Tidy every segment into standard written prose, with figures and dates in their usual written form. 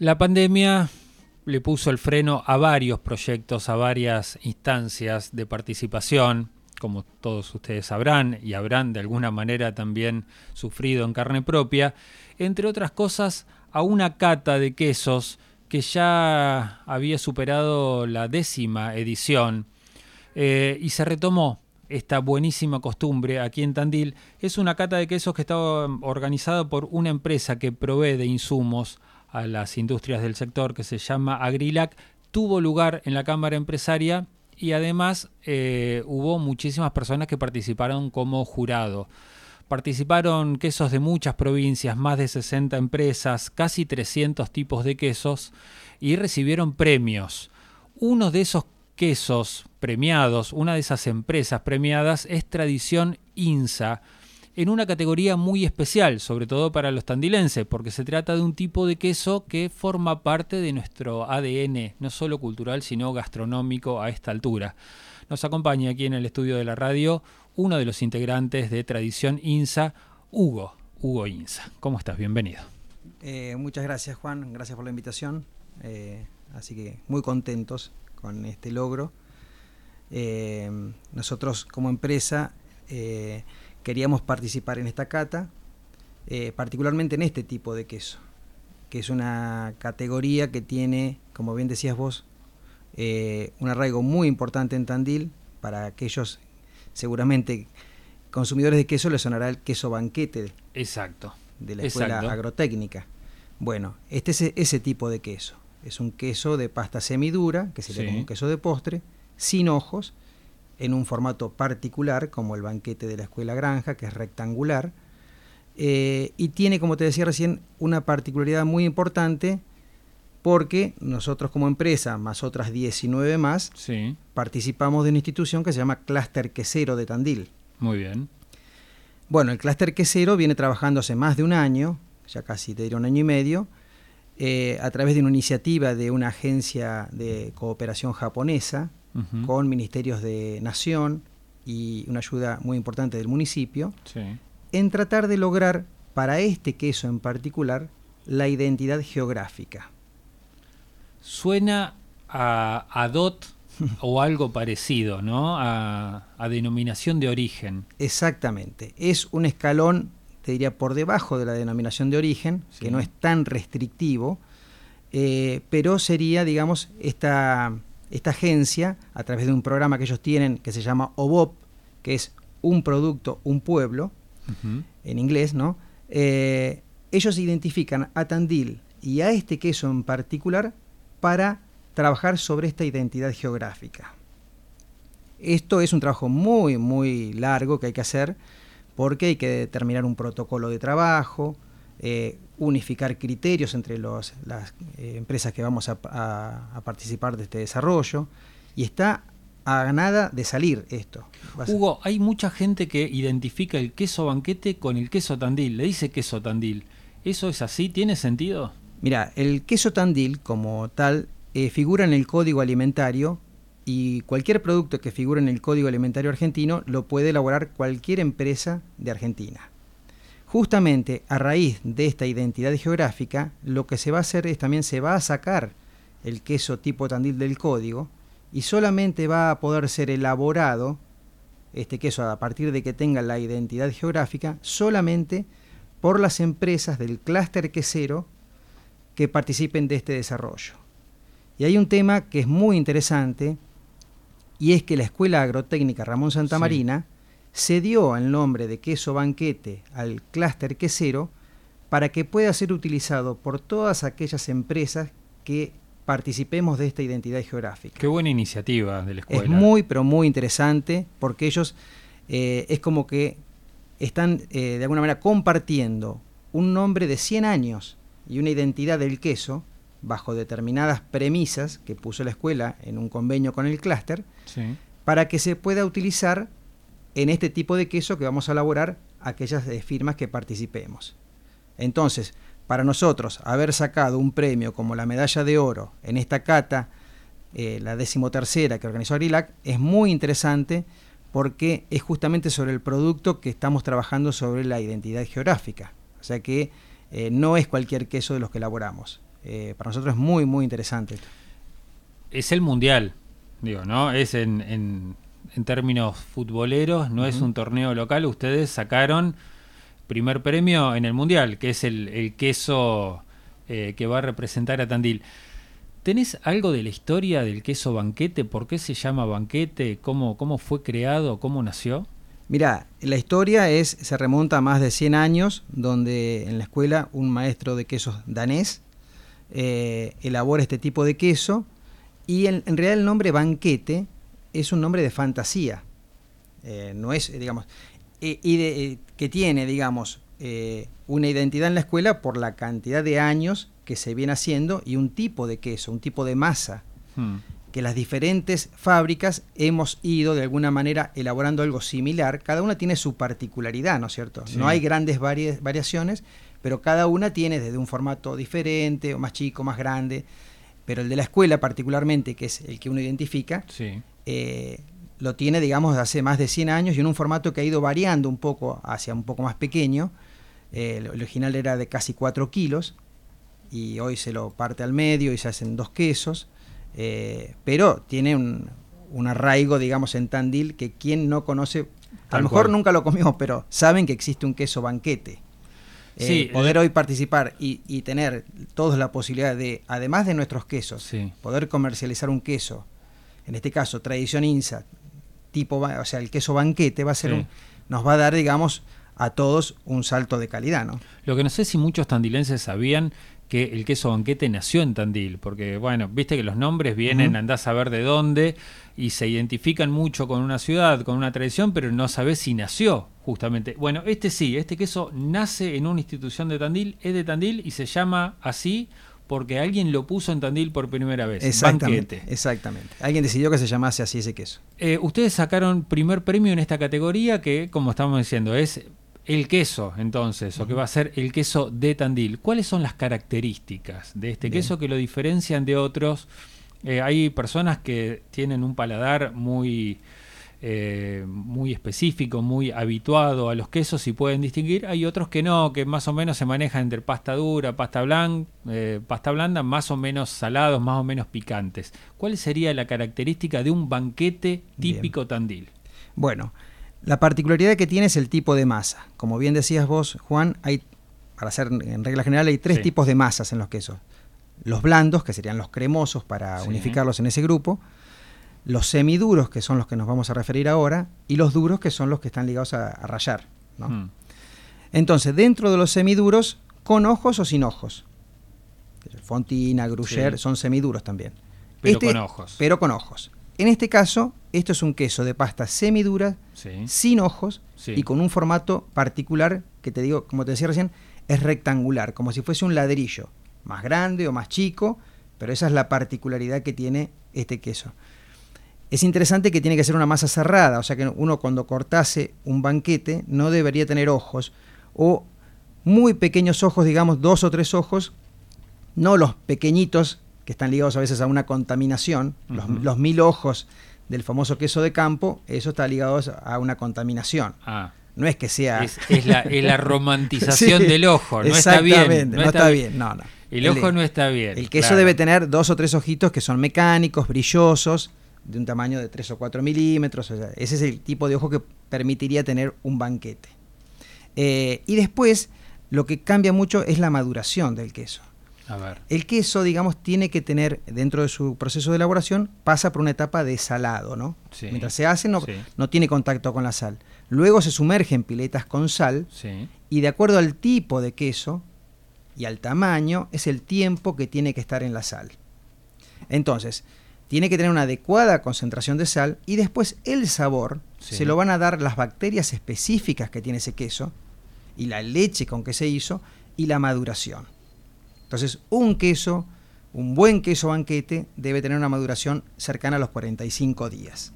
La pandemia le puso el freno a varios proyectos, a varias instancias de participación, como todos ustedes sabrán y habrán de alguna manera también sufrido en carne propia, entre otras cosas a una cata de quesos que ya había superado la 10ª edición y se retomó esta buenísima costumbre aquí en Tandil. Es una cata de quesos que está organizada por una empresa que provee de insumos a las industrias del sector, que se llama Agrilac. Tuvo lugar en la Cámara Empresaria y además hubo muchísimas personas que participaron como jurado. Participaron quesos de muchas provincias, más de 60 empresas, casi 300 tipos de quesos y recibieron premios. Uno de esos quesos premiados, una de esas empresas premiadas es Tradición INSA, en una categoría muy especial, sobre todo para los tandilenses, porque se trata de un tipo de queso que forma parte de nuestro ADN, no solo cultural, sino gastronómico a esta altura. Nos acompaña aquí en el estudio de la radio uno de los integrantes de Tradición INSA, Hugo INSA. ¿Cómo estás? Bienvenido. Muchas gracias, Juan. Gracias por la invitación. Así que muy contentos con este logro. Nosotros como empresa queríamos participar en esta cata, particularmente en este tipo de queso, que es una categoría que tiene, como bien decías vos, un arraigo muy importante en Tandil. Para aquellos seguramente consumidores de queso les sonará el queso banquete. Exacto. De la Escuela Agrotécnica. Bueno, este es ese tipo de queso. Es un queso de pasta semidura, que sería como un queso de postre, sin ojos, en un formato particular, como el banquete de la Escuela Granja, que es rectangular, y tiene, como te decía recién, una particularidad muy importante, porque nosotros como empresa, más otras 19 más, participamos de una institución que se llama Clúster Quesero de Tandil. Muy bien. Bueno, el Clúster Quesero viene trabajando hace más de un año, ya casi te diría un año y medio, a través de una iniciativa de una agencia de cooperación japonesa, con ministerios de Nación y una ayuda muy importante del municipio, en tratar de lograr para este queso en particular la identidad geográfica. Suena a DOT o algo parecido, ¿no? A denominación de origen. Exactamente. Es un escalón, te diría, por debajo de la denominación de origen, que no es tan restrictivo, pero sería, digamos, esta agencia, a través de un programa que ellos tienen que se llama OBOP, que es un producto, un pueblo, en inglés, ¿no? Ellos identifican a Tandil y a este queso en particular para trabajar sobre esta identidad geográfica. Esto es un trabajo muy, muy largo que hay que hacer, porque hay que determinar un protocolo de trabajo, unificar criterios entre las empresas que vamos a participar de este desarrollo, y está a nada de salir esto. Hugo, hay mucha gente que identifica el queso banquete con el queso Tandil, le dice queso Tandil. ¿Eso es así? ¿Tiene sentido? Mira, el queso Tandil como tal figura en el Código Alimentario, y cualquier producto que figure en el Código Alimentario argentino lo puede elaborar cualquier empresa de Argentina. Justamente a raíz de esta identidad geográfica, lo que se va a hacer es también se va a sacar el queso tipo Tandil del código, y solamente va a poder ser elaborado este queso a partir de que tenga la identidad geográfica solamente por las empresas del clúster quesero que participen de este desarrollo. Y hay un tema que es muy interesante, y es que la Escuela Agrotécnica Ramón Santamarina se dio el nombre de queso banquete al clúster quesero para que pueda ser utilizado por todas aquellas empresas que participemos de esta identidad geográfica. Qué buena iniciativa de la escuela. Es muy, pero muy interesante, porque ellos es como que están de alguna manera compartiendo un nombre de 100 años y una identidad del queso bajo determinadas premisas que puso la escuela en un convenio con el clúster, para que se pueda utilizar en este tipo de queso que vamos a elaborar aquellas firmas que participemos. Entonces, para nosotros haber sacado un premio como la medalla de oro en esta cata, la 13ª que organizó Agrilac, es muy interesante, porque es justamente sobre el producto que estamos trabajando sobre la identidad geográfica. O sea que no es cualquier queso de los que elaboramos. Para nosotros es muy, muy interesante. Es el mundial, digo, ¿no? Es en términos futboleros, no es un torneo local. Ustedes sacaron primer premio en el mundial, que es el queso que va a representar a Tandil. ¿Tenés algo de la historia del queso Banquete? ¿Por qué se llama Banquete? ¿Cómo fue creado? ¿Cómo nació? Mirá, la historia se remonta a más de 100 años, donde en la escuela un maestro de quesos danés elabora este tipo de queso, y en realidad el nombre Banquete es un nombre de fantasía, no es, digamos, que tiene, digamos, una identidad en la escuela por la cantidad de años que se viene haciendo y un tipo de queso, un tipo de masa, que las diferentes fábricas hemos ido de alguna manera elaborando algo similar. Cada una tiene su particularidad, ¿no es cierto? Sí. No hay grandes variaciones, pero cada una tiene desde un formato diferente, o más chico, más grande, pero el de la escuela particularmente, que es el que uno identifica, sí. Lo tiene, digamos, hace más de 100 años y en un formato que ha ido variando un poco hacia un poco más pequeño. El original era de casi 4 kilos y hoy se lo parte al medio y se hacen 2 quesos, pero tiene un arraigo, digamos, en Tandil que quien no conoce, a lo mejor nunca lo comió, pero saben que existe un queso Banquete. Sí, poder hoy participar y tener todos la posibilidad de, además de nuestros quesos, sí, poder comercializar un queso, en este caso Tradición INSA, tipo, o sea, el queso Banquete va a ser sí, nos va a dar, digamos, a todos un salto de calidad, ¿no? Lo que no sé si muchos tandilenses sabían que el queso Banquete nació en Tandil, porque bueno, viste que los nombres vienen, andás a saber de dónde, y se identifican mucho con una ciudad, con una tradición, pero no sabés si nació justamente. Bueno, este queso nace en una institución de Tandil, es de Tandil y se llama así porque alguien lo puso en Tandil por primera vez. Exactamente, Banquete. exactamente. Alguien decidió que se llamase así ese queso. Ustedes sacaron primer premio en esta categoría que, como estamos diciendo, es el queso, entonces, o que va a ser el queso de Tandil. ¿Cuáles son las características de este queso que lo diferencian de otros? Hay personas que tienen un paladar muy específico, muy habituado a los quesos y pueden distinguir. Hay otros que no, que más o menos se manejan entre pasta dura, pasta blanda, más o menos salados, más o menos picantes. ¿Cuál sería la característica de un banquete típico Tandil? Bueno, la particularidad que tiene es el tipo de masa. Como bien decías vos, Juan, para hacer en regla general, hay 3 tipos de masas en los quesos. Los blandos, que serían los cremosos para unificarlos en ese grupo, los semiduros, que son los que nos vamos a referir ahora, y los duros, que son los que están ligados a rallar, ¿no? Entonces, dentro de los semiduros, con ojos o sin ojos. Fontina, Gruyère, son semiduros también. Pero con ojos. Pero con ojos. En este caso, esto es un queso de pasta semidura, sin ojos, y con un formato particular, que te digo, como te decía recién, es rectangular, como si fuese un ladrillo, más grande o más chico, pero esa es la particularidad que tiene este queso. Es interesante que tiene que ser una masa cerrada, o sea que uno cuando cortase un banquete no debería tener ojos, o muy pequeños ojos, digamos 2 o 3 ojos, no los pequeñitos que están ligados a veces a una contaminación, los 1000 ojos del famoso queso de campo, eso está ligado a una contaminación. No es que sea... Es la romantización del ojo, no está bien. No está bien. El ojo no está bien. El queso debe tener 2 o 3 ojitos que son mecánicos, brillosos, de un tamaño de 3 o 4 milímetros. O sea, ese es el tipo de ojo que permitiría tener un banquete. Y después, lo que cambia mucho es la maduración del queso. A ver. El queso, digamos, tiene que tener, dentro de su proceso de elaboración, pasa por una etapa de salado, ¿no? Sí. Mientras se hace, no tiene contacto con la sal. Luego se sumerge en piletas con sal, y de acuerdo al tipo de queso y al tamaño, es el tiempo que tiene que estar en la sal. Entonces, tiene que tener una adecuada concentración de sal, y después el sabor se lo van a dar las bacterias específicas que tiene ese queso, y la leche con que se hizo, y la maduración. Entonces, un buen queso banquete debe tener una maduración cercana a los 45 días.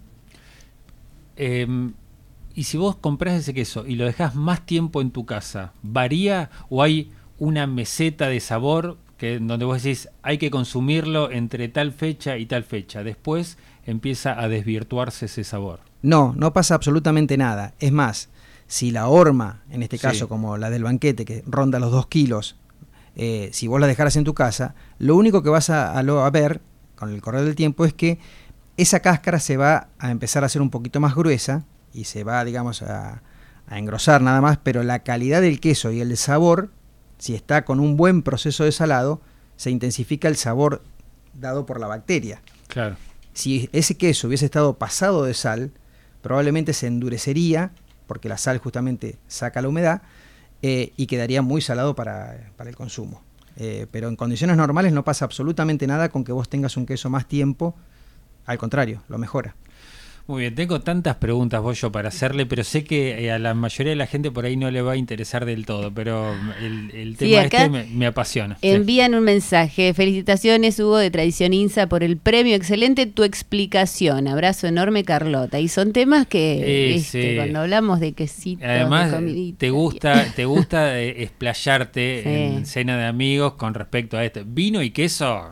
Y si vos comprás ese queso y lo dejás más tiempo en tu casa, ¿varía o hay una meseta de sabor donde vos decís hay que consumirlo entre tal fecha y tal fecha? Después empieza a desvirtuarse ese sabor. No pasa absolutamente nada. Es más, si la horma, en este caso como la del banquete, que ronda los 2 kilos, si vos la dejaras en tu casa, lo único que vas a ver con el correr del tiempo es que esa cáscara se va a empezar a hacer un poquito más gruesa y se va, digamos, a engrosar nada más, pero la calidad del queso y el sabor, si está con un buen proceso de salado, se intensifica el sabor dado por la bacteria. Claro. Si ese queso hubiese estado pasado de sal, probablemente se endurecería, porque la sal justamente saca la humedad, y quedaría muy salado para el consumo. Pero en condiciones normales no pasa absolutamente nada con que vos tengas un queso más tiempo, al contrario, lo mejora. Muy bien, tengo tantas preguntas, Bollo, para hacerle, pero sé que a la mayoría de la gente por ahí no le va a interesar del todo, pero el tema me apasiona. Envían un mensaje. Felicitaciones, Hugo, de Tradición INSA, por el premio. Excelente tu explicación. Abrazo enorme, Carlota. Y son temas que, cuando hablamos de quesitos, además, de comidita, te gusta explayarte en cena de amigos con respecto a esto. Vino y queso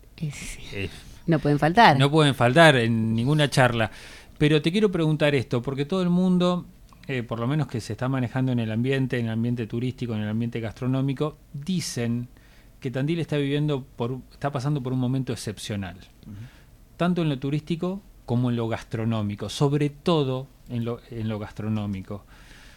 no pueden faltar. No pueden faltar en ninguna charla. Pero te quiero preguntar esto, porque todo el mundo, por lo menos que se está manejando en el ambiente turístico, en el ambiente gastronómico, dicen que Tandil está pasando por un momento excepcional, tanto en lo turístico como en lo gastronómico, sobre todo en lo gastronómico.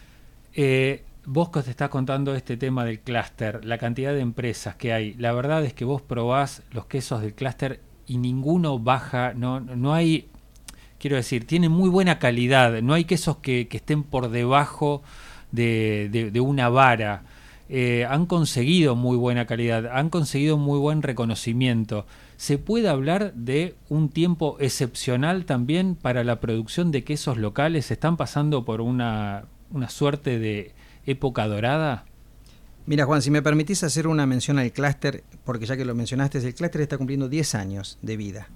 Vos que te estás contando este tema del clúster, la cantidad de empresas que hay, la verdad es que vos probás los quesos del clúster y ninguno baja, no hay... Quiero decir, tiene muy buena calidad, no hay quesos que estén por debajo de una vara. Han conseguido muy buena calidad, han conseguido muy buen reconocimiento. ¿Se puede hablar de un tiempo excepcional también para la producción de quesos locales? ¿Están pasando por una suerte de época dorada? Mira, Juan, si me permitís hacer una mención al clúster, porque ya que lo mencionaste, el clúster está cumpliendo 10 años de vida.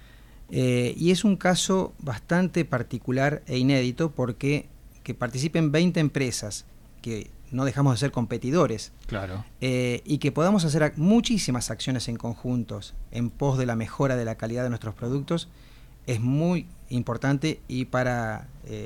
Y es un caso bastante particular e inédito porque que participen 20 empresas, que no dejamos de ser competidores, claro, y que podamos hacer muchísimas acciones en conjuntos en pos de la mejora de la calidad de nuestros productos, es muy importante y para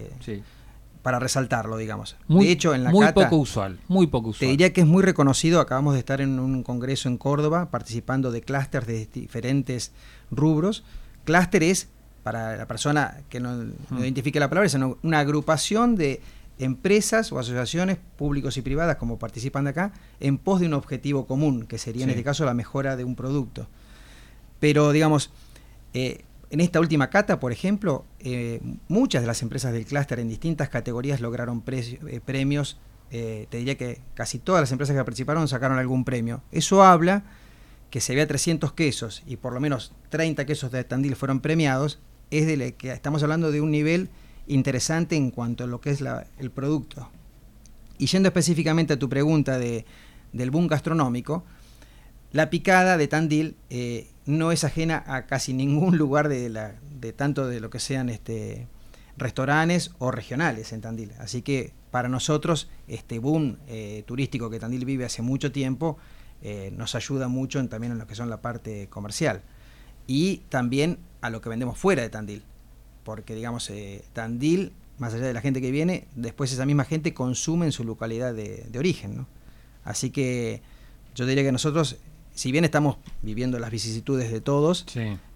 resaltarlo, digamos. De hecho, en la muy cata, poco usual. Te diría que es muy reconocido. Acabamos de estar en un congreso en Córdoba participando de clústeres de diferentes rubros. Clúster es, para la persona que no identifique la palabra, es una agrupación de empresas o asociaciones públicos y privadas, como participan de acá, en pos de un objetivo común, que sería en este caso la mejora de un producto. Pero, digamos, en esta última cata, por ejemplo, muchas de las empresas del clúster en distintas categorías lograron premios. Te diría que casi todas las empresas que participaron sacaron algún premio. Eso habla que se vea 300 quesos y por lo menos 30 quesos de Tandil fueron premiados, es de que estamos hablando de un nivel interesante en cuanto a lo que es el producto. Y yendo específicamente a tu pregunta del boom gastronómico, la picada de Tandil no es ajena a casi ningún lugar de tanto de lo que sean restaurantes o regionales en Tandil. Así que para nosotros este boom turístico que Tandil vive hace mucho tiempo nos ayuda mucho también en lo que son la parte comercial y también a lo que vendemos fuera de Tandil, porque digamos Tandil, más allá de la gente que viene, después esa misma gente consume en su localidad de origen, ¿no? Así que yo diría que nosotros, si bien estamos viviendo las vicisitudes de todos,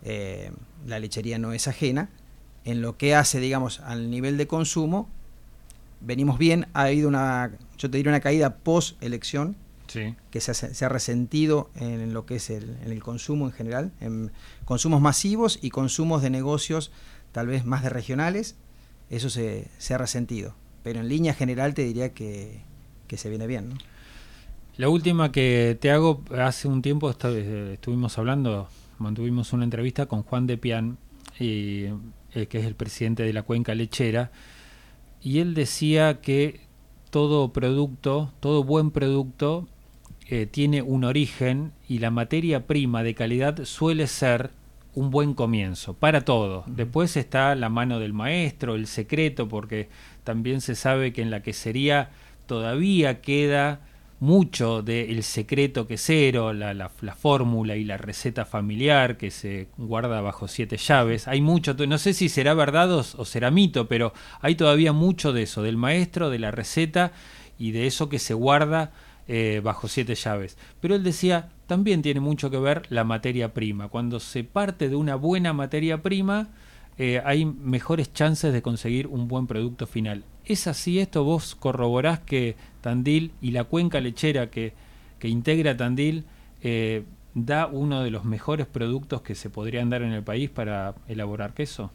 la lechería no es ajena. En lo que hace, digamos, al nivel de consumo, venimos bien. Ha habido yo te diría una caída post-elección, que se ha resentido en lo que es en el consumo en general, en consumos masivos y consumos de negocios tal vez más de regionales. Eso se ha resentido. Pero en línea general te diría que se viene bien, ¿no? La última que te hago, hace un tiempo estuvimos hablando, mantuvimos una entrevista con Juan de Pian, que es el presidente de la Cuenca Lechera, y él decía que todo buen producto tiene un origen y la materia prima de calidad suele ser un buen comienzo para todo. Después está la mano del maestro, el secreto, porque también se sabe que en la quesería todavía queda mucho del secreto quesero, la fórmula y la receta familiar que se guarda bajo 7 llaves. Hay mucho, no sé si será verdad o será mito, pero hay todavía mucho de eso, del maestro, de la receta y de eso que se guarda bajo 7 llaves. Pero él decía, también tiene mucho que ver la materia prima. Cuando se parte de una buena materia prima, hay mejores chances de conseguir un buen producto final. ¿Es así esto? ¿Vos corroborás que Tandil y la cuenca lechera que integra Tandil da uno de los mejores productos que se podrían dar en el país para elaborar queso?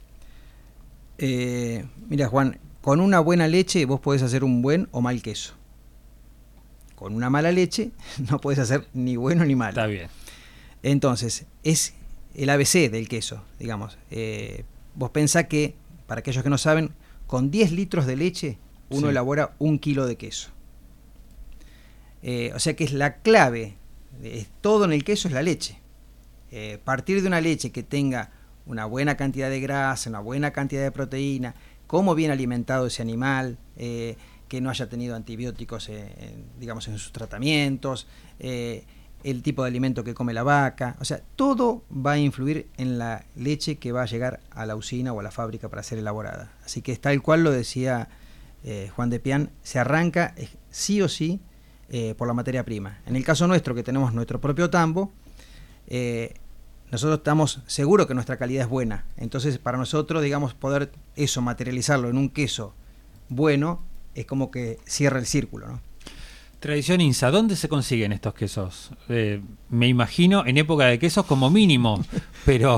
Mira, Juan, con una buena leche vos podés hacer un buen o mal queso. Con una mala leche no podés hacer ni bueno ni malo. Está bien. Entonces, es el ABC del queso, digamos. Vos pensás que, para aquellos que no saben, con 10 litros de leche uno elabora 1 kilo de queso. O sea que es la clave, todo en el queso es la leche. Partir de una leche que tenga una buena cantidad de grasa, una buena cantidad de proteína, cómo bien alimentado ese animal, que no haya tenido antibióticos digamos, en sus tratamientos, el tipo de alimento que come la vaca, o sea, todo va a influir en la leche que va a llegar a la usina o a la fábrica para ser elaborada. Así que es tal cual lo decía Juan de Pián, se arranca sí o sí por la materia prima. En el caso nuestro, que tenemos nuestro propio tambo, nosotros estamos seguros que nuestra calidad es buena. Entonces, para nosotros, digamos, poder eso, materializarlo en un queso bueno, es como que cierra el círculo, ¿no? Tradición INSA, ¿dónde se consiguen estos quesos? Me imagino en época de quesos como mínimo, pero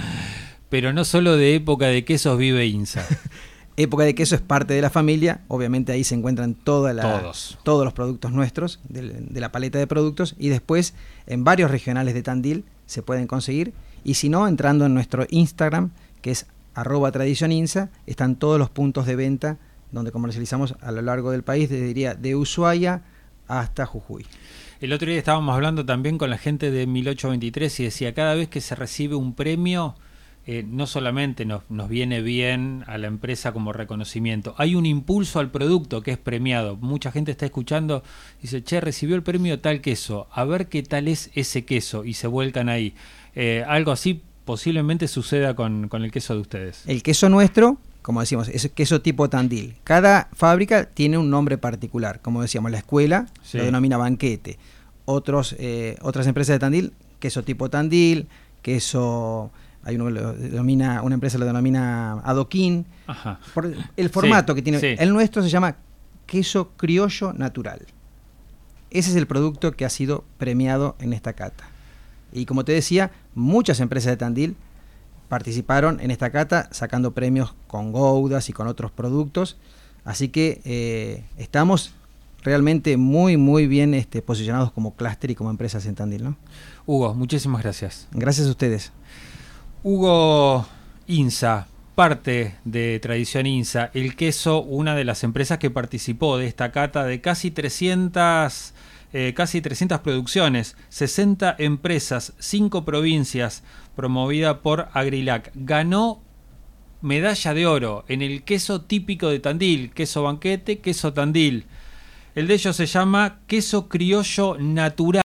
no solo de época de quesos vive INSA. Época de queso es parte de la familia, obviamente ahí se encuentran todos los productos nuestros, de la paleta de productos, y después en varios regionales de Tandil se pueden conseguir, y si no, entrando en nuestro Instagram, que es @tradicioninsa, están todos los puntos de venta donde comercializamos a lo largo del país, diría de Ushuaia hasta Jujuy. El otro día estábamos hablando también con la gente de 1823 y decía, cada vez que se recibe un premio, no solamente nos viene bien a la empresa como reconocimiento, hay un impulso al producto que es premiado. Mucha gente está escuchando, dice, che, recibió el premio tal queso, a ver qué tal es ese queso, y se vuelcan ahí. Algo así posiblemente suceda con el queso de ustedes. El queso nuestro, como decimos, es queso tipo Tandil. Cada fábrica tiene un nombre particular. Como decíamos, la escuela lo denomina banquete. Otras empresas de Tandil, queso tipo Tandil, queso... Hay una empresa lo denomina adoquín. Ajá. Por el formato que tiene. Sí. El nuestro se llama queso criollo natural. Ese es el producto que ha sido premiado en esta cata. Y como te decía, muchas empresas de Tandil participaron en esta cata sacando premios con Goudas y con otros productos. Así que estamos realmente muy, muy bien posicionados como clúster y como empresas en Tandil, ¿no? Hugo, muchísimas gracias. Gracias a ustedes. Hugo INSA, parte de Tradición INSA, el queso, una de las empresas que participó de esta cata de casi 300 producciones, 60 empresas, 5 provincias, promovida por Agrilac. Ganó medalla de oro en el queso típico de Tandil, queso banquete, queso Tandil. El de ellos se llama queso criollo natural.